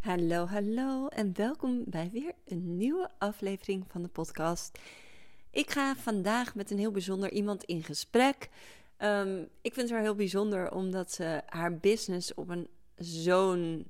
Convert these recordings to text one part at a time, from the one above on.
Hallo, hallo en welkom bij weer een nieuwe aflevering van de podcast. Ik ga vandaag met een heel bijzonder iemand in gesprek. Ik vind haar heel bijzonder omdat ze haar business op een zo'n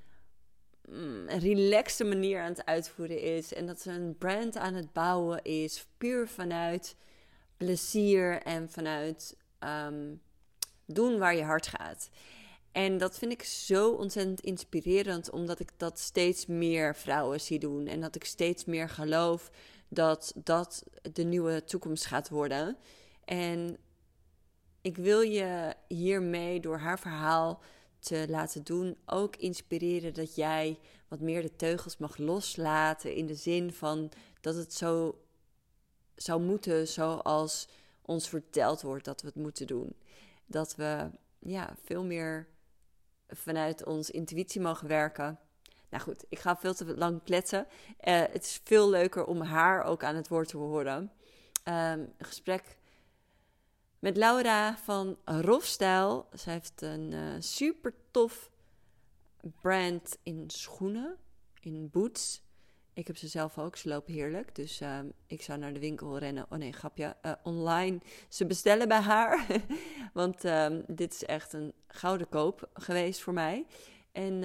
relaxte manier aan het uitvoeren is. En dat ze een brand aan het bouwen is, puur vanuit plezier en vanuit doen waar je hart gaat. En dat vind ik zo ontzettend inspirerend, omdat ik dat steeds meer vrouwen zie doen. En dat ik steeds meer geloof dat dat de nieuwe toekomst gaat worden. En ik wil je hiermee door haar verhaal te laten doen ook inspireren dat jij wat meer de teugels mag loslaten. In de zin van dat het zo zou moeten zoals ons verteld wordt dat we het moeten doen. Dat we veel meer vanuit onze intuïtie mogen werken. Nou goed, ik ga veel te lang kletsen. Het is veel leuker om haar ook aan het woord te horen. Een gesprek met Laura van Rofstijl. Zij heeft een super tof brand in schoenen, in boots. Ik heb ze zelf ook, ze lopen heerlijk. Dus ik zou naar de winkel rennen. Oh nee, grapje. Online ze bestellen bij haar. Want dit is echt een gouden koop geweest voor mij. En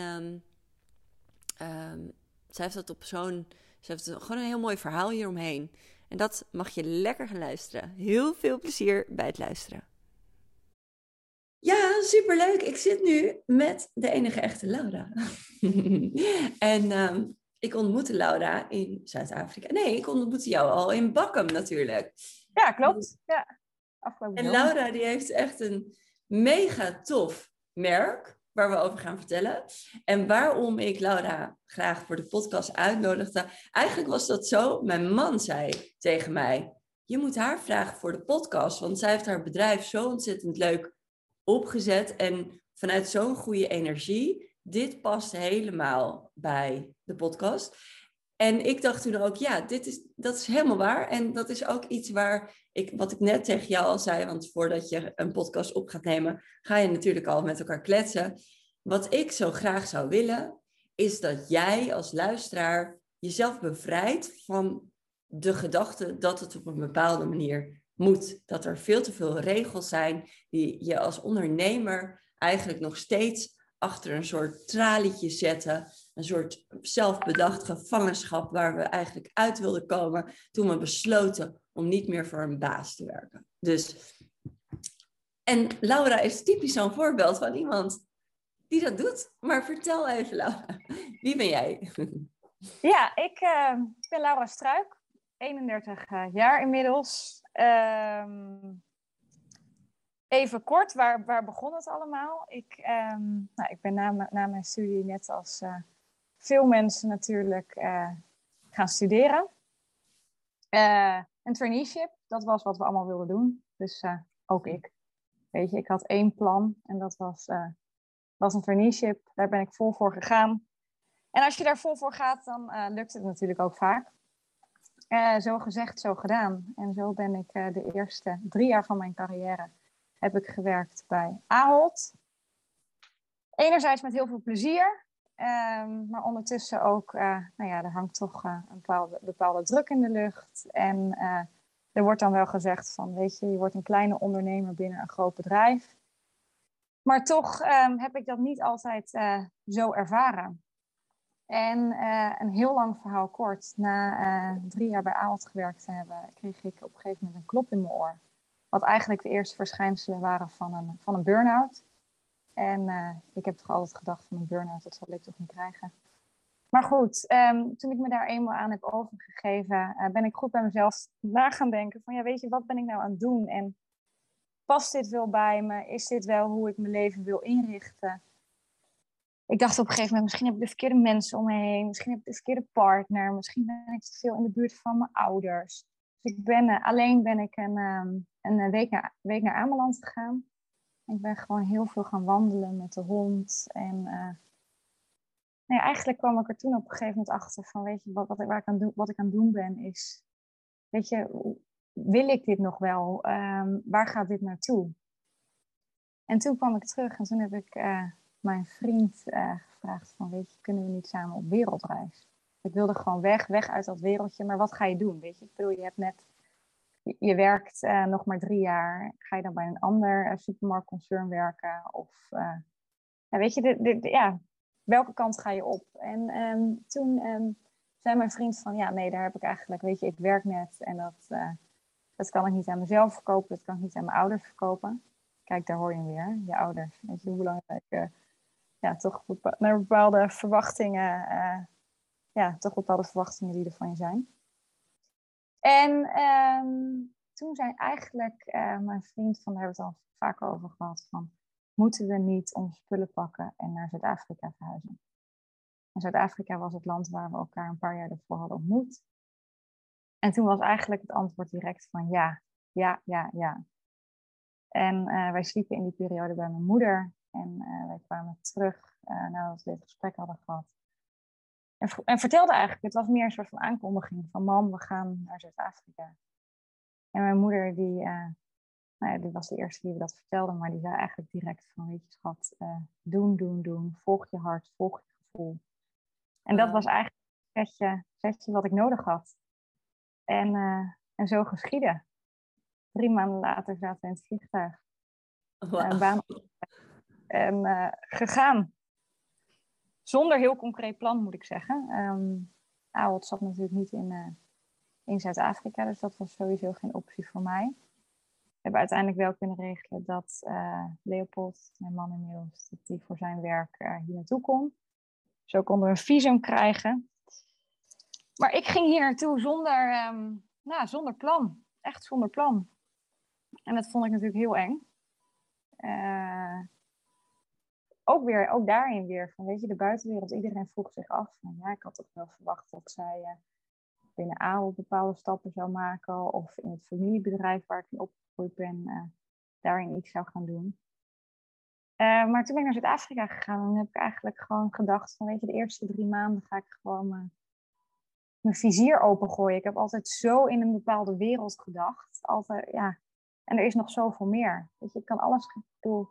zij heeft dat ze heeft gewoon een heel mooi verhaal hieromheen. En dat mag je lekker gaan luisteren. Heel veel plezier bij het luisteren. Ja, superleuk. Ik zit nu met de enige echte Laura. En ik ontmoette Laura in Zuid-Afrika. Nee, ik ontmoette jou al in Bakkum natuurlijk. Ja, klopt. Ja. En Laura die heeft echt een mega tof merk waar we over gaan vertellen. En waarom ik Laura graag voor de podcast uitnodigde. Eigenlijk was dat zo. Mijn man zei tegen mij, je moet haar vragen voor de podcast. Want zij heeft haar bedrijf zo ontzettend leuk opgezet. En vanuit zo'n goede energie. Dit past helemaal bij de podcast. En ik dacht toen ook, ja, dat is helemaal waar. En dat is ook iets wat ik net tegen jou al zei, want voordat je een podcast op gaat nemen, ga je natuurlijk al met elkaar kletsen. Wat ik zo graag zou willen, is dat jij als luisteraar jezelf bevrijdt van de gedachte dat het op een bepaalde manier moet. Dat er veel te veel regels zijn die je als ondernemer eigenlijk nog steeds achter een soort tralietje zetten. Een soort zelfbedacht gevangenschap waar we eigenlijk uit wilden komen toen we besloten om niet meer voor een baas te werken. En Laura is typisch zo'n voorbeeld van iemand die dat doet. Maar vertel even, Laura, wie ben jij? Ja, ik ben Laura Struik, 31 jaar inmiddels. Even kort, waar begon het allemaal? Ik ben na mijn studie net als veel mensen natuurlijk gaan studeren. Een traineeship, dat was wat we allemaal wilden doen. Dus ook ik. Weet je, ik had één plan en dat was een traineeship. Daar ben ik vol voor gegaan. En als je daar vol voor gaat, dan lukt het natuurlijk ook vaak. Zo gezegd, zo gedaan. En zo ben ik de eerste 3 jaar van mijn carrière heb ik gewerkt bij Ahold. Enerzijds met heel veel plezier. Maar ondertussen ook, er hangt toch een bepaalde druk in de lucht. En er wordt dan wel gezegd van, weet je wordt een kleine ondernemer binnen een groot bedrijf. Maar toch heb ik dat niet altijd zo ervaren. En een heel lang verhaal kort. Na 3 jaar bij Ahold gewerkt te hebben, kreeg ik op een gegeven moment een klop in mijn oor. Wat eigenlijk de eerste verschijnselen waren van een burn-out. En ik heb toch altijd gedacht van een burn-out, dat zal ik toch niet krijgen. Maar goed, toen ik me daar eenmaal aan heb overgegeven, ben ik goed bij mezelf na gaan denken van, ja, weet je, wat ben ik nou aan het doen? En past dit wel bij me? Is dit wel hoe ik mijn leven wil inrichten? Ik dacht op een gegeven moment, misschien heb ik de verkeerde mensen om me heen. Misschien heb ik de verkeerde partner. Misschien ben ik te veel in de buurt van mijn ouders. Dus alleen ben ik een week naar Ameland gegaan. Ik ben gewoon heel veel gaan wandelen met de hond. En eigenlijk kwam ik er toen op een gegeven moment achter van, weet je, wat ik aan het doen ben is, weet je, wil ik dit nog wel? Waar gaat dit naartoe? En toen kwam ik terug en toen heb ik mijn vriend gevraagd van, weet je, kunnen we niet samen op wereldreis? Ik wilde gewoon weg uit dat wereldje, maar wat ga je doen, weet je? Ik bedoel, je werkt nog maar 3 jaar. Ga je dan bij een ander supermarktconcern werken? Of, ja, weet je, ja, welke kant ga je op? En toen zei mijn vriend van, ja, nee, daar heb ik eigenlijk, weet je, ik werk net en dat kan ik niet aan mezelf verkopen, dat kan ik niet aan mijn ouders verkopen. Kijk, daar hoor je hem weer, je ouders. Weet je hoe belangrijk, ja, toch naar bepaalde verwachtingen, ja, toch bepaalde verwachtingen die er van je zijn. En toen zei eigenlijk mijn vriend, van daar hebben we het al vaker over gehad, van moeten we niet onze spullen pakken en naar Zuid-Afrika verhuizen? En Zuid-Afrika was het land waar we elkaar een paar jaar ervoor hadden ontmoet. En toen was eigenlijk het antwoord direct van ja, ja, ja, ja. En wij sliepen in die periode bij mijn moeder. En wij kwamen terug nadat we dit gesprek hadden gehad. En vertelde eigenlijk, het was meer een soort van aankondiging van mam, we gaan naar Zuid-Afrika. En mijn moeder, nou ja, die was de eerste die we dat vertelde, maar die zei eigenlijk direct van, weet je schat, doen. Volg je hart, volg je gevoel. En dat was eigenlijk het setje wat ik nodig had. En zo geschiedde. 3 maanden later zaten we in het vliegtuig. Een baan en gegaan. Zonder heel concreet plan, moet ik zeggen. Ahold zat natuurlijk niet in Zuid-Afrika, dus dat was sowieso geen optie voor mij. We hebben uiteindelijk wel kunnen regelen dat Leopold, mijn man inmiddels, dat die voor zijn werk hier naartoe kon. Zo konden we een visum krijgen. Maar ik ging hier naartoe zonder plan. Echt zonder plan. En dat vond ik natuurlijk heel eng. Ook daarin weer van, weet je, de buitenwereld. Iedereen vroeg zich af. Van, ja, ik had toch wel verwacht dat zij binnen Ahold bepaalde stappen zou maken. Of in het familiebedrijf waar ik in opgegroeid ben, daarin iets zou gaan doen. Maar toen ben ik naar Zuid-Afrika gegaan. En dan heb ik eigenlijk gewoon gedacht van, weet je, de eerste 3 maanden ga ik gewoon mijn vizier opengooien. Ik heb altijd zo in een bepaalde wereld gedacht. Altijd, ja. En er is nog zoveel meer. Weet je, ik kan alles doen.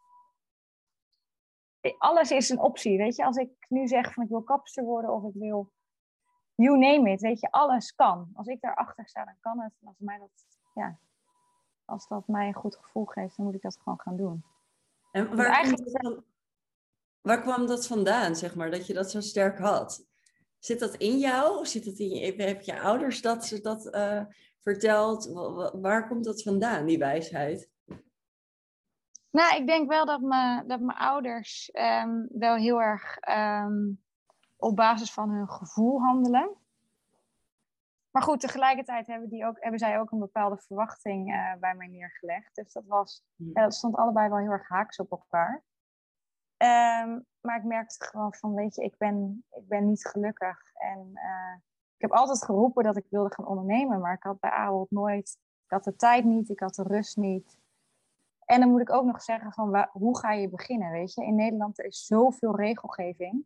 Alles is een optie, weet je. Als ik nu zeg van ik wil kapster worden of ik wil, you name it, weet je, alles kan. Als ik daarachter sta, dan kan het. En als dat mij een goed gevoel geeft, dan moet ik dat gewoon gaan doen. En Dus waar kwam dat vandaan, zeg maar, dat je dat zo sterk had? Zit dat in jou? Heb je ouders dat ze dat verteld? Waar komt dat vandaan, die wijsheid? Nou, ik denk wel dat mijn ouders wel heel erg op basis van hun gevoel handelen. Maar goed, tegelijkertijd hebben zij ook een bepaalde verwachting bij mij neergelegd. Dus dat stond allebei wel heel erg haaks op elkaar. Maar ik merkte gewoon van, weet je, ik ben niet gelukkig. En ik heb altijd geroepen dat ik wilde gaan ondernemen. Maar ik had bij Ahold nooit, ik had de tijd niet, ik had de rust niet. En dan moet ik ook nog zeggen van, hoe ga je beginnen, weet je? In Nederland er is zoveel regelgeving.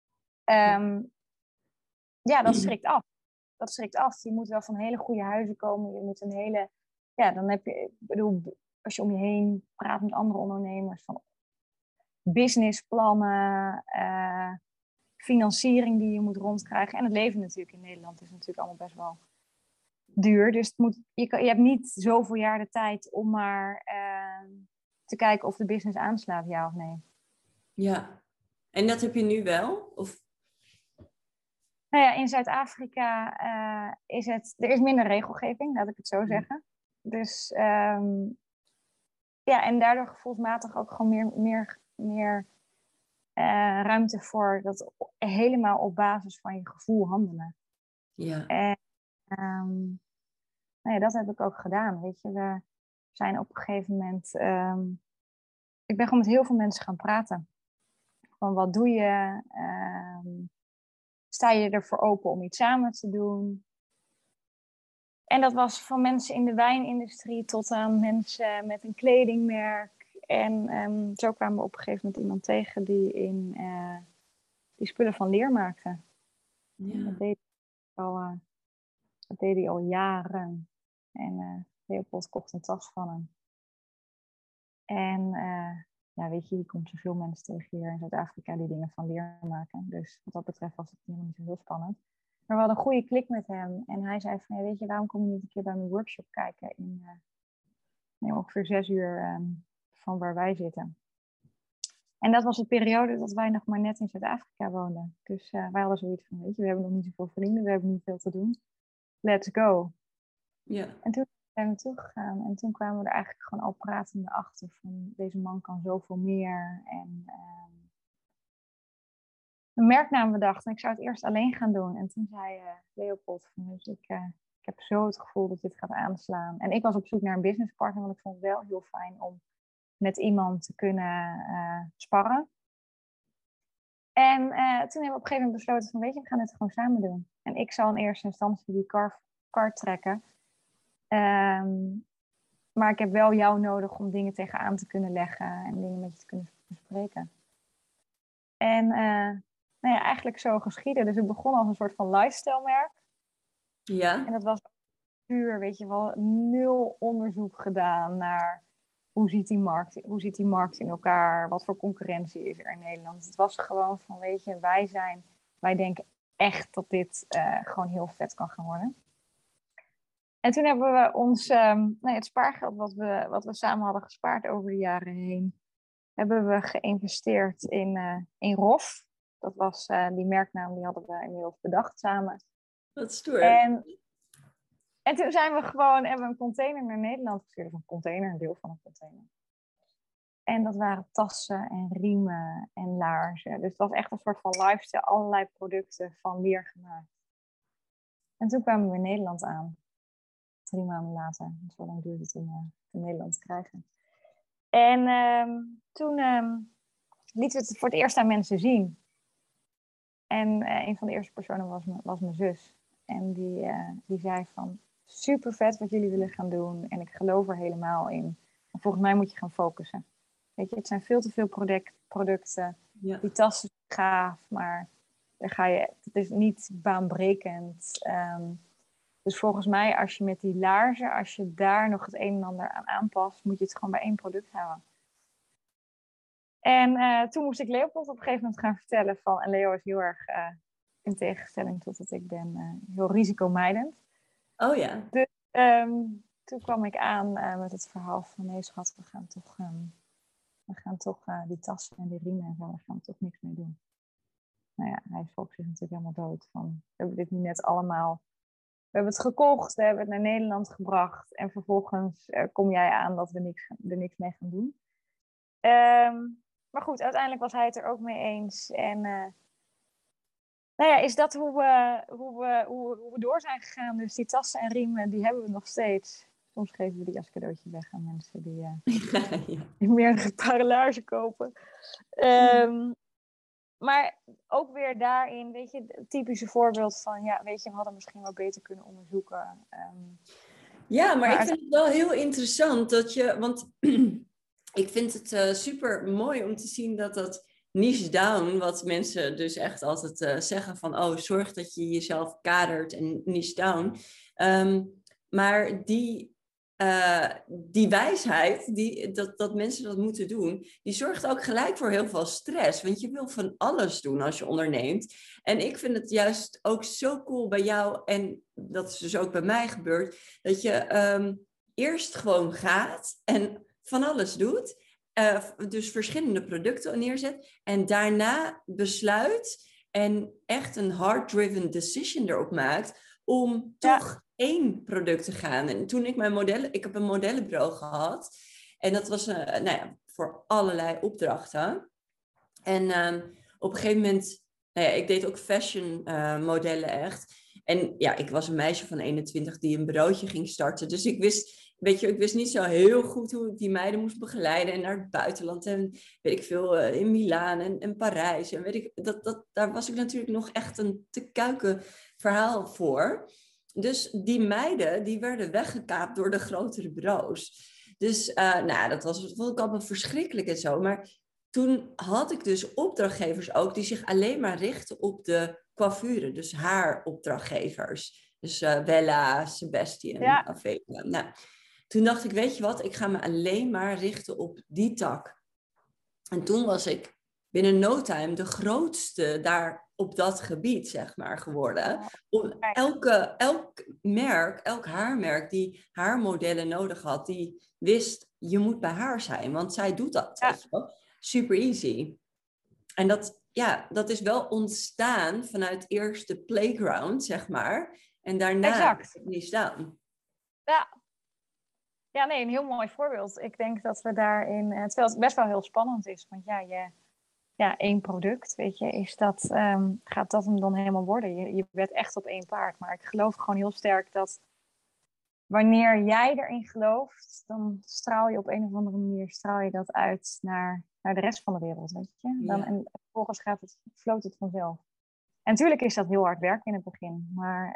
Ja, dat schrikt af. Dat schrikt af. Je moet wel van hele goede huizen komen. Je moet een hele... Ja, dan heb je... Ik bedoel, als je om je heen praat met andere ondernemers van businessplannen, financiering die je moet rondkrijgen. En het leven natuurlijk in Nederland is natuurlijk allemaal best wel duur. Dus je hebt niet zoveel jaar de tijd om maar te kijken of de business aanslaat, ja of nee. Ja, en dat heb je nu wel? Of... Nou ja, in Zuid-Afrika er is minder regelgeving, laat ik het zo zeggen. Dus ja, en daardoor gevoelsmatig ook gewoon meer ruimte voor dat helemaal op basis van je gevoel handelen. Ja. En nou ja, dat heb ik ook gedaan, weet je. We zijn op een gegeven moment... ik ben gewoon met heel veel mensen gaan praten. Van wat doe je? Sta je ervoor open om iets samen te doen? En dat was van mensen in de wijnindustrie tot aan mensen met een kledingmerk. En zo kwamen we op een gegeven moment iemand tegen die spullen van leer maakte. Ja. Dat deed hij al jaren. En Leopold kocht een tas van hem. En ja, weet je, je komt zoveel mensen tegen hier in Zuid-Afrika die dingen van leer maken. Dus wat dat betreft was het helemaal niet zo heel spannend. Maar we hadden een goede klik met hem. En hij zei van, ja, weet je, waarom kom je niet een keer bij mijn workshop kijken in ongeveer 6 uur van waar wij zitten. En dat was de periode dat wij nog maar net in Zuid-Afrika woonden. Dus wij hadden zoiets van, weet je, we hebben nog niet zoveel vrienden, we hebben niet veel te doen. Let's go. Ja. En toen zijn we naartoe gegaan. En toen kwamen we er eigenlijk gewoon al pratende achter van, deze man kan zoveel meer. En een merknaam bedacht. En ik zou het eerst alleen gaan doen. En toen zei Leopold van, dus ik heb zo het gevoel dat dit gaat aanslaan. En ik was op zoek naar een businesspartner, want ik vond het wel heel fijn om met iemand te kunnen sparren. En toen hebben we op een gegeven moment besloten van, weet je, we gaan het gewoon samen doen. En ik zal in eerste instantie die kar trekken. Maar ik heb wel jou nodig om dingen tegenaan te kunnen leggen en dingen met je te kunnen bespreken. En nou ja, eigenlijk zo geschieden. Dus het begon als een soort van lifestyle merk. Ja. En dat was puur, weet je wel, 0 onderzoek gedaan naar hoe ziet die markt in elkaar, wat voor concurrentie is er in Nederland. Het was gewoon van, weet je, wij denken echt dat dit gewoon heel vet kan gaan worden. En toen hebben we ons, het spaargeld wat we samen hadden gespaard over de jaren heen, hebben we geïnvesteerd in ROF. Dat was die merknaam, die hadden we inmiddels bedacht samen. Wat stoer. En toen hebben we een container naar Nederland gestuurd. Of een container, een deel van een container. En dat waren tassen en riemen en laarzen. Dus het was echt een soort van lifestyle, allerlei producten van leer gemaakt. En toen kwamen we in Nederland aan. 3 maanden later. Zo lang duurde het om in Nederland te krijgen. En toen lieten we het voor het eerst aan mensen zien. En een van de eerste personen was mijn zus. En die zei van, super vet wat jullie willen gaan doen. En ik geloof er helemaal in. En volgens mij moet je gaan focussen. Weet je, het zijn veel te veel producten. Ja. Die tassen zijn gaaf, maar het is niet baanbrekend. Dus volgens mij, als je met die laarzen, als je daar nog het een en ander aan aanpast, moet je het gewoon bij 1 product houden. En toen moest ik Leopold op een gegeven moment gaan vertellen van, en Leo is heel erg, in tegenstelling tot dat ik ben, heel risicomijdend. Oh ja. Dus toen kwam ik aan met het verhaal van, nee schat, we gaan toch die tassen en die riemen en zo, daar gaan we toch niks mee doen. Nou ja, hij schrok zich natuurlijk helemaal dood van, we hebben dit nu net allemaal, we hebben het gekocht, we hebben het naar Nederland gebracht en vervolgens kom jij aan dat we er niks mee gaan doen. Maar goed, uiteindelijk was hij het er ook mee eens. En nou ja, is dat hoe we door zijn gegaan. Dus die tassen en riemen, die hebben we nog steeds. Soms geven we die als cadeautje weg aan mensen die meerdere paren laarzen kopen. Maar ook weer daarin, weet je, het typische voorbeeld van, ja, weet je, we hadden misschien wel beter kunnen onderzoeken. Ja, maar ik vind het wel heel interessant dat je, want ik vind het super mooi om te zien dat niche down, wat mensen dus echt altijd zeggen van, oh, zorg dat je jezelf kadert en niche down. Maar die wijsheid, dat mensen dat moeten doen, die zorgt ook gelijk voor heel veel stress. Want je wil van alles doen als je onderneemt. En ik vind het juist ook zo cool bij jou, en dat is dus ook bij mij gebeurd, dat je eerst gewoon gaat en van alles doet. Dus verschillende producten neerzet. En daarna besluit en echt een hard-driven decision erop maakt om toch 1 product te gaan. En toen ik heb een modellenbureau gehad. En dat was voor allerlei opdrachten. En op een gegeven moment, ik deed ook fashion modellen echt. En ja, ik was een meisje van 21 die een bureautje ging starten. Dus ik wist niet zo heel goed hoe ik die meiden moest begeleiden. En naar het buitenland en weet ik veel, in Milaan en Parijs. En weet ik, daar was ik natuurlijk nog echt een te kuiken verhaal voor. Dus die meiden, die werden weggekaapt door de grotere bureaus. Dus dat vond ik allemaal verschrikkelijk en zo. Maar toen had ik dus opdrachtgevers ook die zich alleen maar richten op de coiffure. Dus haaropdrachtgevers. Dus Wella, Sebastian, Aveda. Nou, toen dacht ik, weet je wat, ik ga me alleen maar richten op die tak. En toen was ik binnen no time de grootste daar op dat gebied, zeg maar, geworden. Elk merk, elk haarmerk die haarmodellen nodig had, die wist, je moet bij haar zijn, want zij doet dat, Ja, weet je wel. Super easy. En dat is wel ontstaan vanuit eerst de playground, zeg maar. En daarna is exact. het niet staan. Ja. Ja, nee, een heel mooi voorbeeld. Ik denk dat we daarin, terwijl het best wel heel spannend is, want één product, weet je, gaat dat hem dan helemaal worden? Je bent echt op één paard. Maar ik geloof gewoon heel sterk dat wanneer jij erin gelooft, dan straal je op een of andere manier straal je dat uit naar de rest van de wereld, weet je. Ja. En vervolgens floot het vanzelf. En natuurlijk is dat heel hard werken in het begin, maar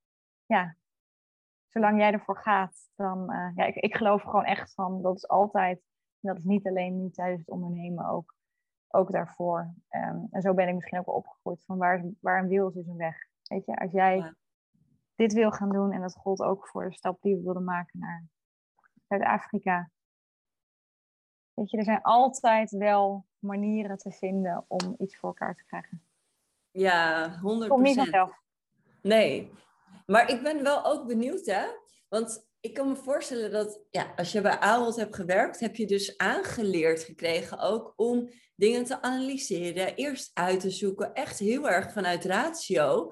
zolang jij ervoor gaat, dan... ik geloof gewoon echt van, dat is altijd... En dat is niet alleen nu tijdens het ondernemen, ook daarvoor. En zo ben ik misschien ook wel opgegroeid. Van waar een wil is, is een weg. Weet je, als jij dit wil gaan doen... En dat gold ook voor de stap die we wilden maken naar Zuid-Afrika. Weet je, er zijn altijd wel manieren te vinden om iets voor elkaar te krijgen. Ja, 100%. Komt niet vanzelf. Nee, maar ik ben wel ook benieuwd, hè. Want ik kan me voorstellen dat, als je bij Ahold hebt gewerkt, heb je dus aangeleerd gekregen ook om dingen te analyseren, eerst uit te zoeken, echt heel erg vanuit ratio,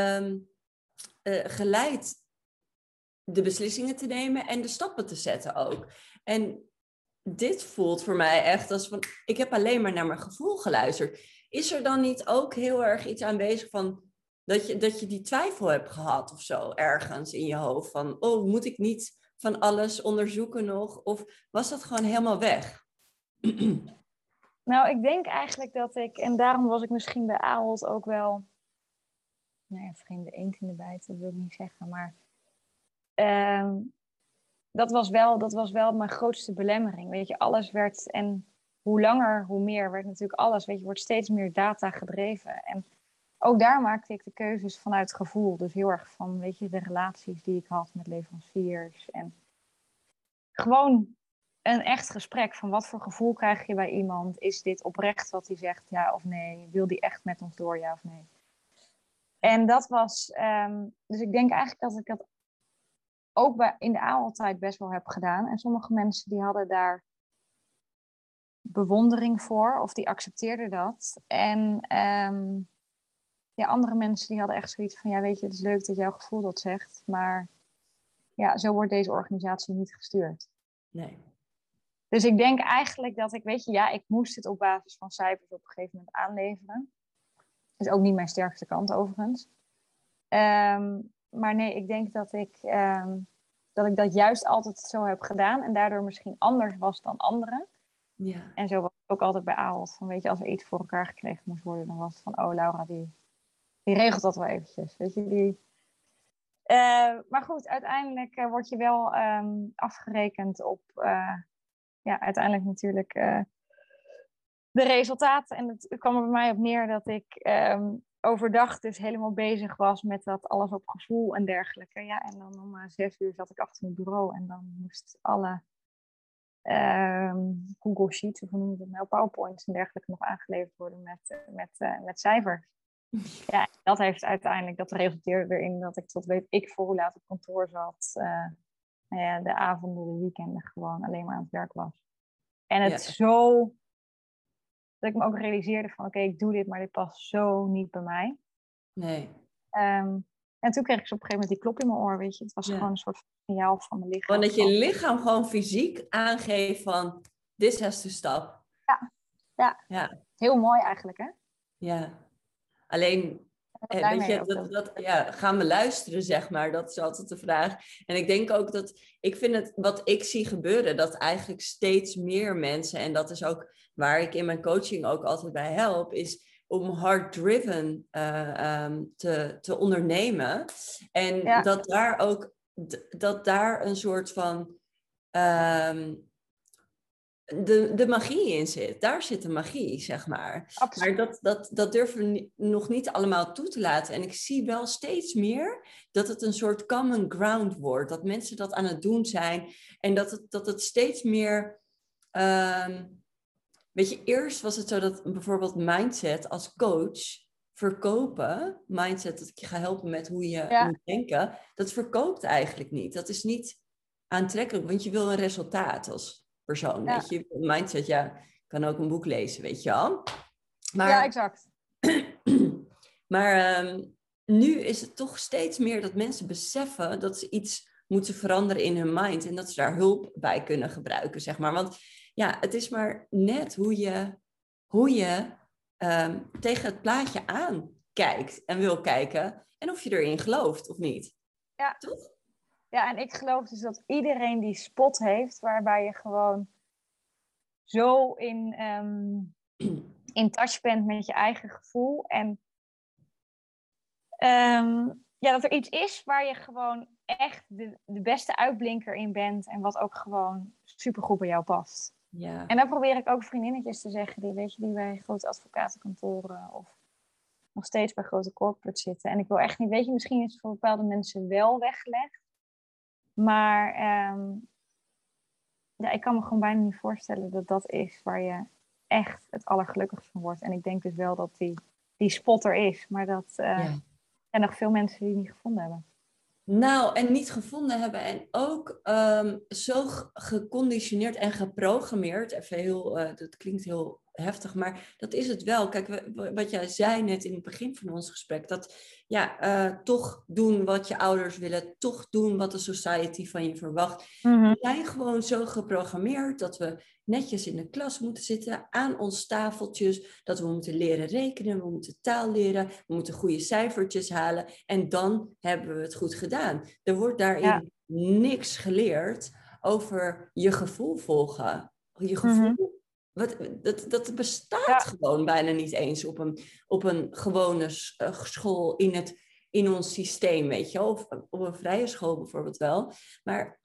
geleid de beslissingen te nemen en de stappen te zetten ook. En dit voelt voor mij echt als van, ik heb alleen maar naar mijn gevoel geluisterd. Is er dan niet ook heel erg iets aanwezig van, dat je die twijfel hebt gehad of zo, ergens in je hoofd? Van, oh, moet ik niet van alles onderzoeken nog? Of was dat gewoon helemaal weg? Nou, ik denk eigenlijk dat en daarom was ik misschien bij Ahold ook wel... vreemde eend in de bijt, dat wil ik niet zeggen, maar... dat was wel mijn grootste belemmering. Weet je, alles werd, en hoe langer, hoe meer werd natuurlijk alles. Weet je, wordt steeds meer data gedreven. En ook daar maakte ik de keuzes vanuit gevoel. Dus heel erg van, weet je, de relaties die ik had met leveranciers. En gewoon een echt gesprek van wat voor gevoel krijg je bij iemand. Is dit oprecht wat hij zegt, ja of nee? Wil die echt met ons door, ja of nee? En dat was, dus ik denk eigenlijk dat ik dat ook in de Ahold-tijd best wel heb gedaan. En sommige mensen die hadden daar bewondering voor, of die accepteerden dat. En andere mensen die hadden echt zoiets van, ja weet je, het is leuk dat jouw gevoel dat zegt, maar ja, zo wordt deze organisatie niet gestuurd. Nee. Dus ik denk eigenlijk dat ik moest het op basis van cijfers op een gegeven moment aanleveren. Dat is ook niet mijn sterkste kant overigens. Maar nee, ik denk dat ik dat juist altijd zo heb gedaan en daardoor misschien anders was dan anderen. Ja. En zo was het ook altijd bij Ahold. Van, weet je, als er iets voor elkaar gekregen moest worden, dan was het van, oh Laura, die regelt dat wel eventjes. Weet je, maar goed, uiteindelijk word je wel afgerekend op, uiteindelijk natuurlijk de resultaten. En het kwam er bij mij op neer dat ik overdag dus helemaal bezig was met dat alles op gevoel en dergelijke. Ja, en dan om 6 uur zat ik achter mijn bureau en dan moest alle Google Sheets, of hoe noem je dat nou, PowerPoints en dergelijke nog aangeleverd worden met cijfers. Ja, dat resulteerde erin dat ik tot weet ik voor hoe laat op kantoor zat. De avonden, de weekenden gewoon alleen maar aan het werk was. En het zo... dat ik me ook realiseerde van oké, ik doe dit, maar dit past zo niet bij mij. Nee. En toen kreeg ik op een gegeven moment die klop in mijn oor, weet je. Het was gewoon een soort signaal van mijn lichaam. Gewoon dat je lichaam gewoon fysiek aangeeft van, this has to stop. Ja. Heel mooi eigenlijk, hè? Ja. Alleen, weet je, gaan we luisteren, zeg maar. Dat is altijd de vraag. En ik denk ook ik vind het, wat ik zie gebeuren, dat eigenlijk steeds meer mensen, en dat is ook waar ik in mijn coaching ook altijd bij help, is om heart-driven te ondernemen. En dat daar een soort van de magie in zit. Daar zit de magie, zeg maar. Absoluut. Maar dat durven we nog niet allemaal toe te laten. En ik zie wel steeds meer dat het een soort common ground wordt. Dat mensen dat aan het doen zijn. En dat het steeds meer weet je, eerst was het zo dat bijvoorbeeld mindset als coach verkopen, mindset dat ik je ga helpen met hoe je Ja, moet denken, dat verkoopt eigenlijk niet. Dat is niet aantrekkelijk, want je wil een resultaat als persoon, ja, weet je. Mindset, ja, ik kan ook een boek lezen, weet je wel. ja, Maar, exact. maar nu is het toch steeds meer dat mensen beseffen dat ze iets moeten veranderen in hun mind en dat ze daar hulp bij kunnen gebruiken, zeg maar. Want ja, het is maar net hoe je tegen het plaatje aankijkt en wil kijken en of je erin gelooft of niet. Ja. Toch? Ja, en ik geloof dus dat iedereen die spot heeft, waarbij je gewoon zo in touch bent met je eigen gevoel. En ja, dat er iets is waar je gewoon echt de beste uitblinker in bent. En wat ook gewoon supergoed bij jou past. Ja. En dan probeer ik ook vriendinnetjes te zeggen, die, weet je, die bij grote advocatenkantoren of nog steeds bij grote corporates zitten. En ik wil echt niet, weet je, misschien is het voor bepaalde mensen wel weggelegd. Maar ja, ik kan me gewoon bijna niet voorstellen dat dat is waar je echt het allergelukkigst van wordt. En ik denk dus wel dat die spot er is. Maar dat Ja. er nog veel mensen die niet gevonden hebben. Nou, en niet gevonden hebben en ook zo geconditioneerd en geprogrammeerd. Even heel, dat klinkt heel heftig, maar dat is het wel. Kijk, wat jij zei net in het begin van ons gesprek, dat ja, toch doen wat je ouders willen, toch doen wat de society van je verwacht. We zijn gewoon zo geprogrammeerd dat we netjes in de klas moeten zitten, aan ons tafeltjes, dat we moeten leren rekenen, we moeten taal leren, we moeten goede cijfertjes halen en dan hebben we het goed gedaan. Er wordt Ja. daarin niks geleerd over je gevoel volgen. Je gevoel, dat bestaat Ja. gewoon bijna niet eens op een gewone school in ons systeem, weet je wel. Of op een vrije school bijvoorbeeld wel. Maar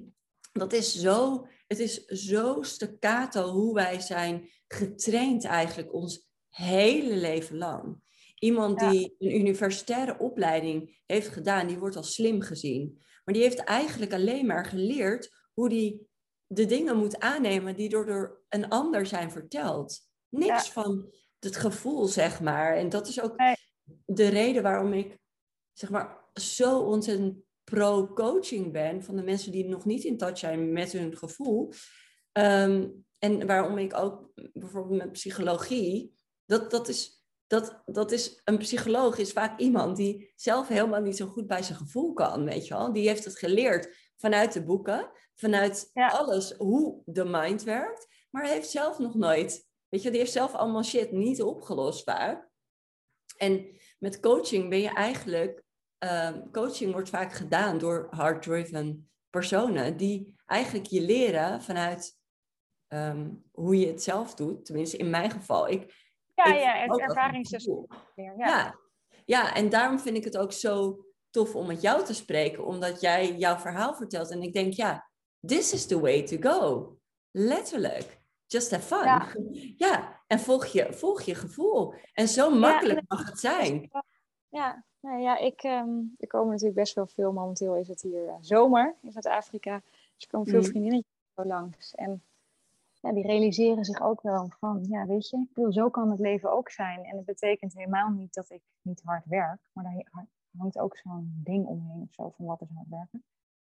het is zo staccato hoe wij zijn getraind eigenlijk ons hele leven lang. Iemand Ja. die een universitaire opleiding heeft gedaan, die wordt als slim gezien. Maar die heeft eigenlijk alleen maar geleerd hoe die de dingen moet aannemen die door een ander zijn verteld. Niks Ja. van het gevoel, zeg maar. En dat is ook Nee. de reden waarom ik, zeg maar, zo ontzettend pro-coaching ben van de mensen die nog niet in touch zijn met hun gevoel. En waarom ik ook bijvoorbeeld met psychologie, dat is een psycholoog is vaak iemand die zelf helemaal niet zo goed bij zijn gevoel kan, weet je wel. Die heeft het geleerd vanuit de boeken, vanuit Ja. alles hoe de mind werkt, maar heeft zelf nog nooit, weet je, die heeft zelf allemaal shit niet opgelost vaak. En met coaching ben je eigenlijk, coaching wordt vaak gedaan door hard-driven personen die eigenlijk je leren vanuit hoe je het zelf doet. Tenminste, in mijn geval. Ik Ja, het ook als een gevoel. ervaringsdeskundige. Ja. Ja, en daarom vind ik het ook zo tof om met jou te spreken, omdat jij jouw verhaal vertelt. En ik denk, ja, this is the way to go. Letterlijk. Just have fun. Ja. Ja, en volg je gevoel. En zo Ja, makkelijk mag het zijn. ja. Nou ja, er komen natuurlijk best wel veel. Momenteel is het hier zomer in Zuid-Afrika. Dus er komen veel vriendinnetjes zo langs. En ja, die realiseren zich ook wel van, ja, weet je, ik bedoel, zo kan het leven ook zijn. En het betekent helemaal niet dat ik niet hard werk. Maar daar hangt ook zo'n ding omheen of zo, van wat is hard werken.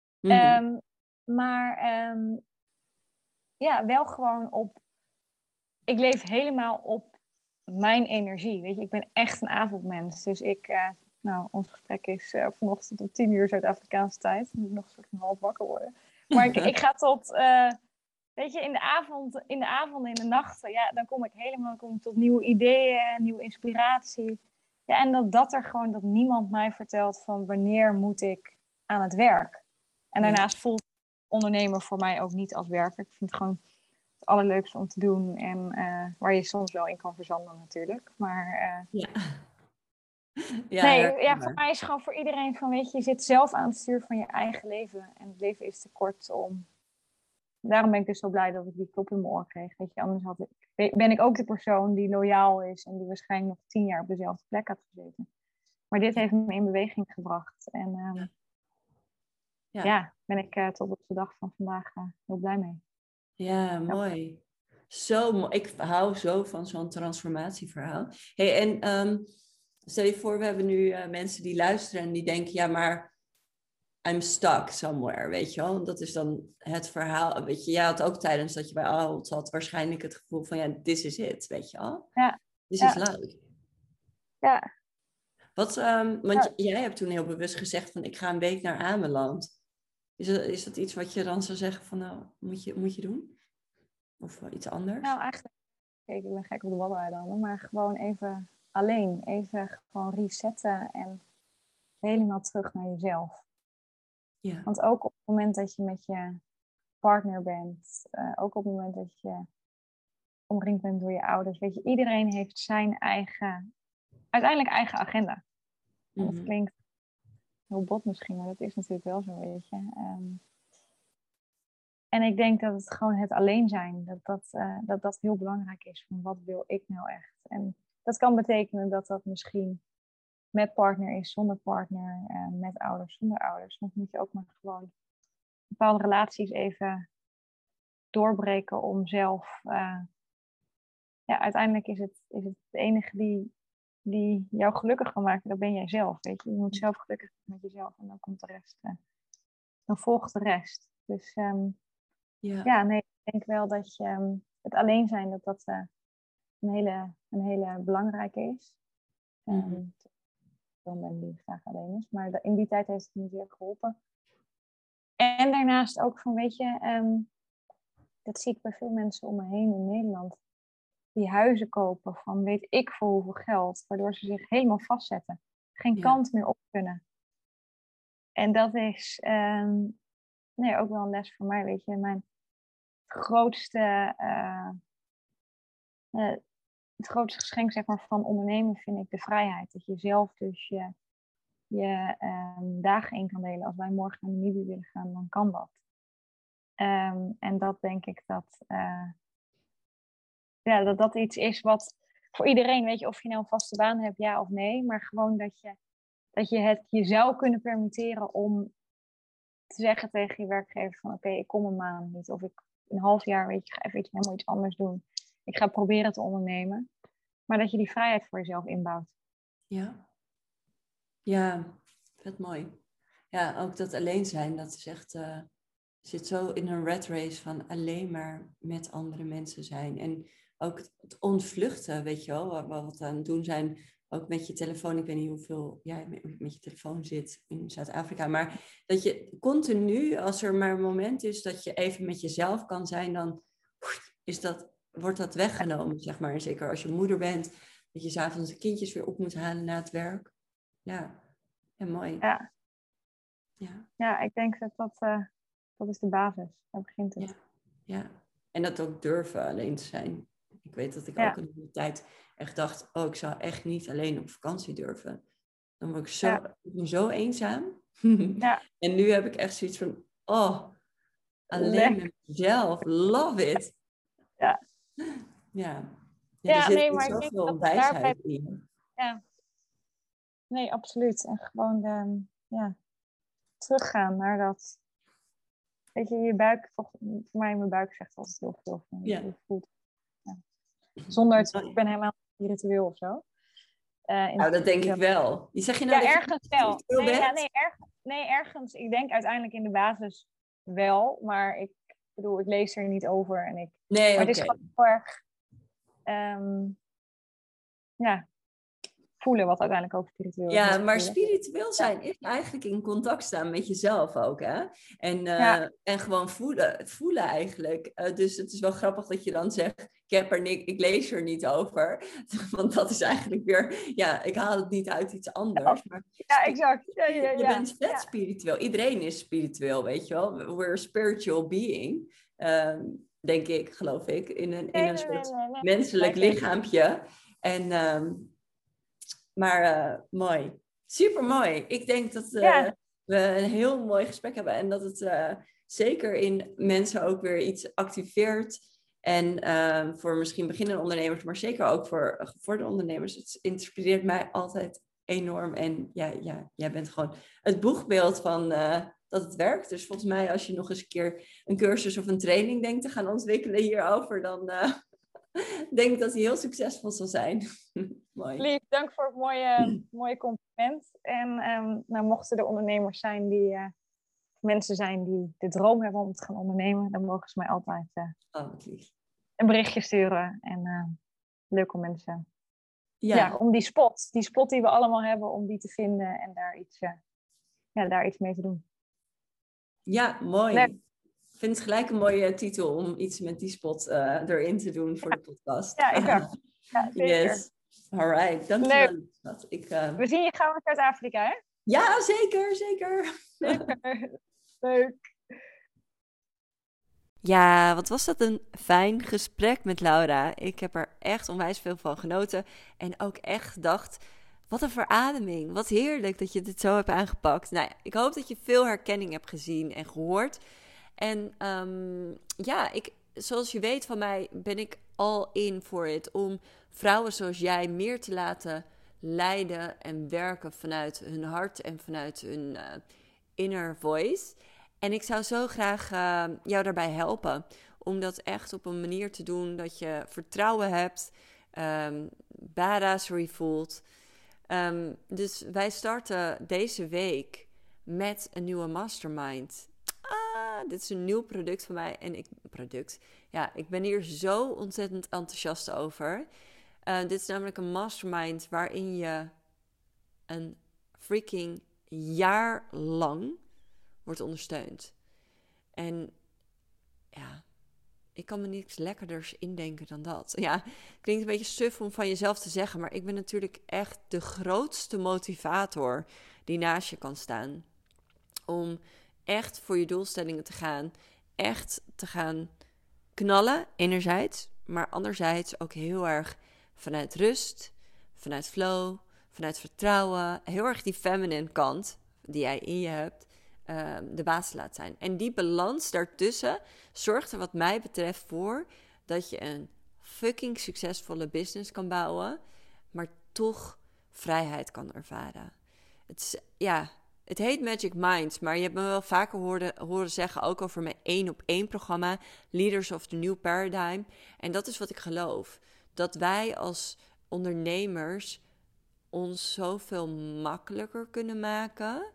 Maar ja, wel gewoon ik leef helemaal op mijn energie. Weet je, ik ben echt een avondmens. Dus ons gesprek is vanochtend om 10 uur Zuid-Afrikaanse tijd. Dan moet ik nog een soort van half wakker worden. Maar ik ga tot, weet je, in de avonden, in de nachten, ja, dan kom ik tot nieuwe ideeën, nieuwe inspiratie. Ja, en dat er gewoon, dat niemand mij vertelt van wanneer moet ik aan het werk. En daarnaast voelt ondernemer voor mij ook niet als werken. Ik vind het gewoon het allerleukste om te doen. En waar je soms wel in kan verzanden natuurlijk. Maar voor mij is gewoon voor iedereen van, weet je, je zit zelf aan het stuur van je eigen leven. En het leven is te kort om... Daarom ben ik dus zo blij dat ik die klop in mijn oor kreeg. Weet je, anders ben ik ook de persoon die loyaal is en die waarschijnlijk nog 10 jaar op dezelfde plek had gezeten. Maar dit heeft me in beweging gebracht. En ben ik tot op de dag van vandaag heel blij mee. Ja, mooi. Zo mooi. Ik hou zo van zo'n transformatieverhaal. Hey, en stel je voor, we hebben nu mensen die luisteren en die denken, ja, maar I'm stuck somewhere, weet je wel. Dat is dan het verhaal. Weet je, jij had ook tijdens dat je bij Ahold zat waarschijnlijk het gevoel van, ja, this is it, weet je wel. Ja, This is ja, life. ja. Want jij hebt toen heel bewust gezegd van, ik ga een week naar Ameland. Is dat iets wat je dan zou zeggen van, nou, moet je doen? Of iets anders? Nou, eigenlijk, kijk, ik ben gek op de Waddeneilanden, maar gewoon even alleen. Even gewoon resetten en helemaal terug naar jezelf. Ja. Want ook op het moment dat je met je partner bent, ook op het moment dat je omringd bent door je ouders, weet je, iedereen heeft zijn uiteindelijk eigen agenda. En dat klinkt heel bot misschien, maar dat is natuurlijk wel zo, weet je. En ik denk dat het gewoon het alleen zijn, dat heel belangrijk is. Van wat wil ik nou echt? En dat kan betekenen dat dat misschien met partner is, zonder partner, met ouders, zonder ouders. Soms moet je ook maar gewoon bepaalde relaties even doorbreken om zelf... uiteindelijk is het de enige die jou gelukkig kan maken, dat ben jij zelf, weet je. Je moet zelf gelukkig zijn met jezelf en dan komt de rest, dan volgt de rest. Dus nee, ik denk wel dat je het alleen zijn, dat een hele belangrijke is. Ik ben die graag alleen is, maar in die tijd heeft het me zeer geholpen. En daarnaast ook van, weet je, dat zie ik bij veel mensen om me heen in Nederland, die huizen kopen van weet ik voor hoeveel geld, waardoor ze zich helemaal vastzetten. Geen kant meer op kunnen. En dat is ook wel een les voor mij, weet je. Mijn het grootste geschenk, zeg maar, van ondernemen vind ik de vrijheid. Dat je zelf dus je dagen in kan delen. Als wij morgen naar Namibië willen gaan, dan kan dat. En dat denk ik dat iets is wat voor iedereen, weet je, of je nou een vaste baan hebt, ja of nee, maar gewoon dat je het je zou kunnen permitteren om te zeggen tegen je werkgever van oké, ik kom een maand niet, of ik een half jaar, weet je, ga even helemaal iets anders doen. Ik ga proberen te ondernemen, maar dat je die vrijheid voor jezelf inbouwt. Ja, vet mooi. Ja, ook dat alleen zijn, dat is echt... zit zo in een rat race van alleen maar met andere mensen zijn. En ook het ontvluchten, weet je wel, wat we aan het doen zijn. Ook met je telefoon. Ik weet niet hoeveel jij met je telefoon zit in Zuid-Afrika. Maar dat je continu, als er maar een moment is dat je even met jezelf kan zijn, dan wordt dat weggenomen, zeg maar. En zeker als je moeder bent, dat je 's avonds de kindjes weer op moet halen na het werk. Ja, mooi. Ja, ik denk dat is de basis. Daar begint het. Ja, en dat ook durven alleen te zijn. Ik weet dat ik ook in die tijd echt dacht, oh, ik zou echt niet alleen op vakantie durven. Dan word ik zo eenzaam. En nu heb ik echt zoiets van, oh, alleen met mezelf. Love it. Er zit nee, maar ik denk zoveel dat wijsheid in. Ja. Nee, absoluut. En gewoon teruggaan naar dat. Weet je, je buik, voor mij, mijn buik zegt altijd heel veel van je voelt. Ja. Zonder ik ben helemaal spiritueel of zo. Nou, dat denk ik wel. Zeg je nou dat ergens je wel. Nee, Ergens. Ik denk uiteindelijk in de basis wel, maar ik bedoel, ik lees er niet over en maar het is gewoon heel erg voelen wat uiteindelijk ook spiritueel is. Ja, maar spiritueel zijn is eigenlijk in contact staan met jezelf ook, hè? En gewoon voelen eigenlijk. Dus het is wel grappig dat je dan zegt, ik lees er niet over. Want dat is eigenlijk weer, ik haal het niet uit iets anders. Maar exact. Je bent vet spiritueel. Iedereen is spiritueel, weet je wel. We're a spiritual being, denk ik, geloof ik. In een soort menselijk lichaampje. En... Maar mooi. Super mooi. Ik denk dat we een heel mooi gesprek hebben. En dat het zeker in mensen ook weer iets activeert. En voor misschien beginnende ondernemers, maar zeker ook voor de ondernemers. Het inspireert mij altijd enorm. En jij bent gewoon het boegbeeld van dat het werkt. Dus volgens mij als je nog eens een keer een cursus of een training denkt te gaan ontwikkelen hierover, dan denk ik dat die heel succesvol zal zijn. Mooi. Lief, dank voor het mooie compliment. En nou, mochten er ondernemers zijn mensen zijn die de droom hebben om te gaan ondernemen, dan mogen ze mij altijd wat lief. een berichtje sturen. En leuk om mensen... Ja, om die spot die we allemaal hebben, om die te vinden en daar iets mee te doen. Ja, mooi. Leuk. Ik vind het gelijk een mooie titel om iets met die spot erin te doen voor de podcast. Ja, ik ook. Ja, zeker. Yes. All right, dankjewel. We zien je gauw in Zuid-Afrika, hè? Ja, zeker, zeker. Leuk. Ja, wat was dat een fijn gesprek met Laura. Ik heb er echt onwijs veel van genoten. En ook echt gedacht, wat een verademing. Wat heerlijk dat je dit zo hebt aangepakt. Nou ja, ik hoop dat je veel herkenning hebt gezien en gehoord. En zoals je weet van mij ben ik all in voor het om vrouwen zoals jij meer te laten leiden en werken vanuit hun hart en vanuit hun inner voice. En ik zou zo graag jou daarbij helpen om dat echt op een manier te doen dat je vertrouwen hebt, badassery voelt. Dus wij starten deze week met een nieuwe mastermind. Dit is een nieuw product van mij en ik ben hier zo ontzettend enthousiast over. Dit is namelijk een mastermind waarin je een freaking jaar lang wordt ondersteund. En ja, ik kan me niks lekkerders indenken dan dat. Ja, klinkt een beetje suf om van jezelf te zeggen, maar ik ben natuurlijk echt de grootste motivator die naast je kan staan. Om echt voor je doelstellingen te gaan. Echt te gaan knallen, enerzijds. Maar anderzijds ook heel erg vanuit rust, vanuit flow, vanuit vertrouwen. Heel erg die feminine kant die jij in je hebt, de baas laat zijn. En die balans daartussen zorgt er wat mij betreft voor dat je een fucking succesvolle business kan bouwen, maar toch vrijheid kan ervaren. Het heet Magic Minds, maar je hebt me wel vaker horen zeggen, ook over mijn 1-op-1 programma, Leaders of the New Paradigm. En dat is wat ik geloof. Dat wij als ondernemers ons zoveel makkelijker kunnen maken.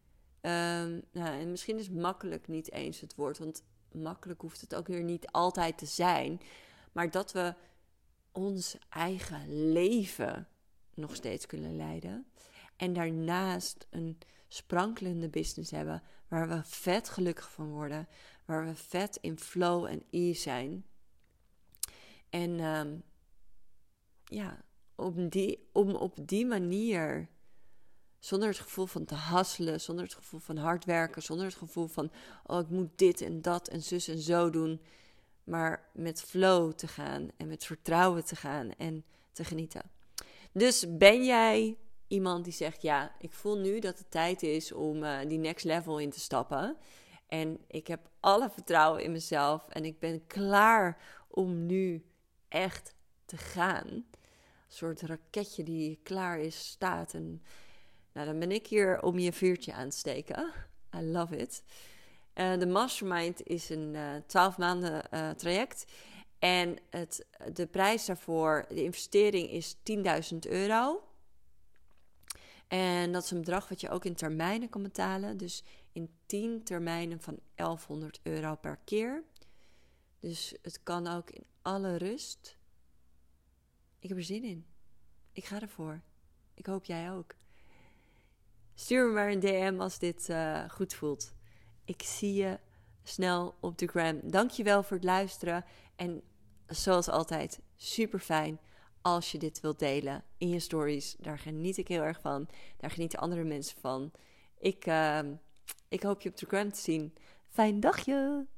En misschien is makkelijk niet eens het woord, want makkelijk hoeft het ook weer niet altijd te zijn. Maar dat we ons eigen leven nog steeds kunnen leiden. En daarnaast een sprankelende business hebben waar we vet gelukkig van worden. Waar we vet in flow en ease zijn. En om op die manier, zonder het gevoel van te hasselen, zonder het gevoel van hard werken, zonder het gevoel van, oh, ik moet dit en dat en zus en zo doen, maar met flow te gaan en met vertrouwen te gaan en te genieten. Dus ben jij iemand die zegt, ja, ik voel nu dat het tijd is om die next level in te stappen. En ik heb alle vertrouwen in mezelf en ik ben klaar om nu echt te gaan. Een soort raketje die klaar is, staat. En dan ben ik hier om je vuurtje aan te steken. I love it. De Mastermind is een 12 maanden traject. En de prijs daarvoor, de investering is €10.000. En dat is een bedrag wat je ook in termijnen kan betalen. Dus in 10 termijnen van €1.100 per keer. Dus het kan ook in alle rust. Ik heb er zin in. Ik ga ervoor. Ik hoop jij ook. Stuur me maar een DM als dit goed voelt. Ik zie je snel op de gram. Dankjewel voor het luisteren. En zoals altijd, super fijn als je dit wilt delen in je stories. Daar geniet ik heel erg van. Daar genieten andere mensen van. Ik hoop je op de gram te zien. Fijn dagje!